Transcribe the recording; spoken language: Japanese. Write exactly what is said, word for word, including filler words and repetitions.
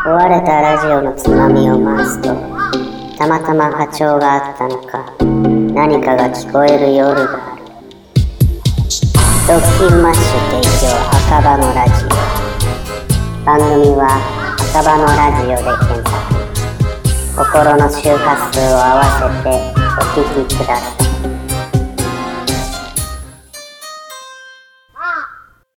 壊れたラジオのつまみを回すと、たまたま波長があったのか、何かが聞こえる夜がある。ドッキンマッシュ提供赤羽のラジオ。番組は赤羽のラジオで検索。心の周波数を合わせてお聞きください。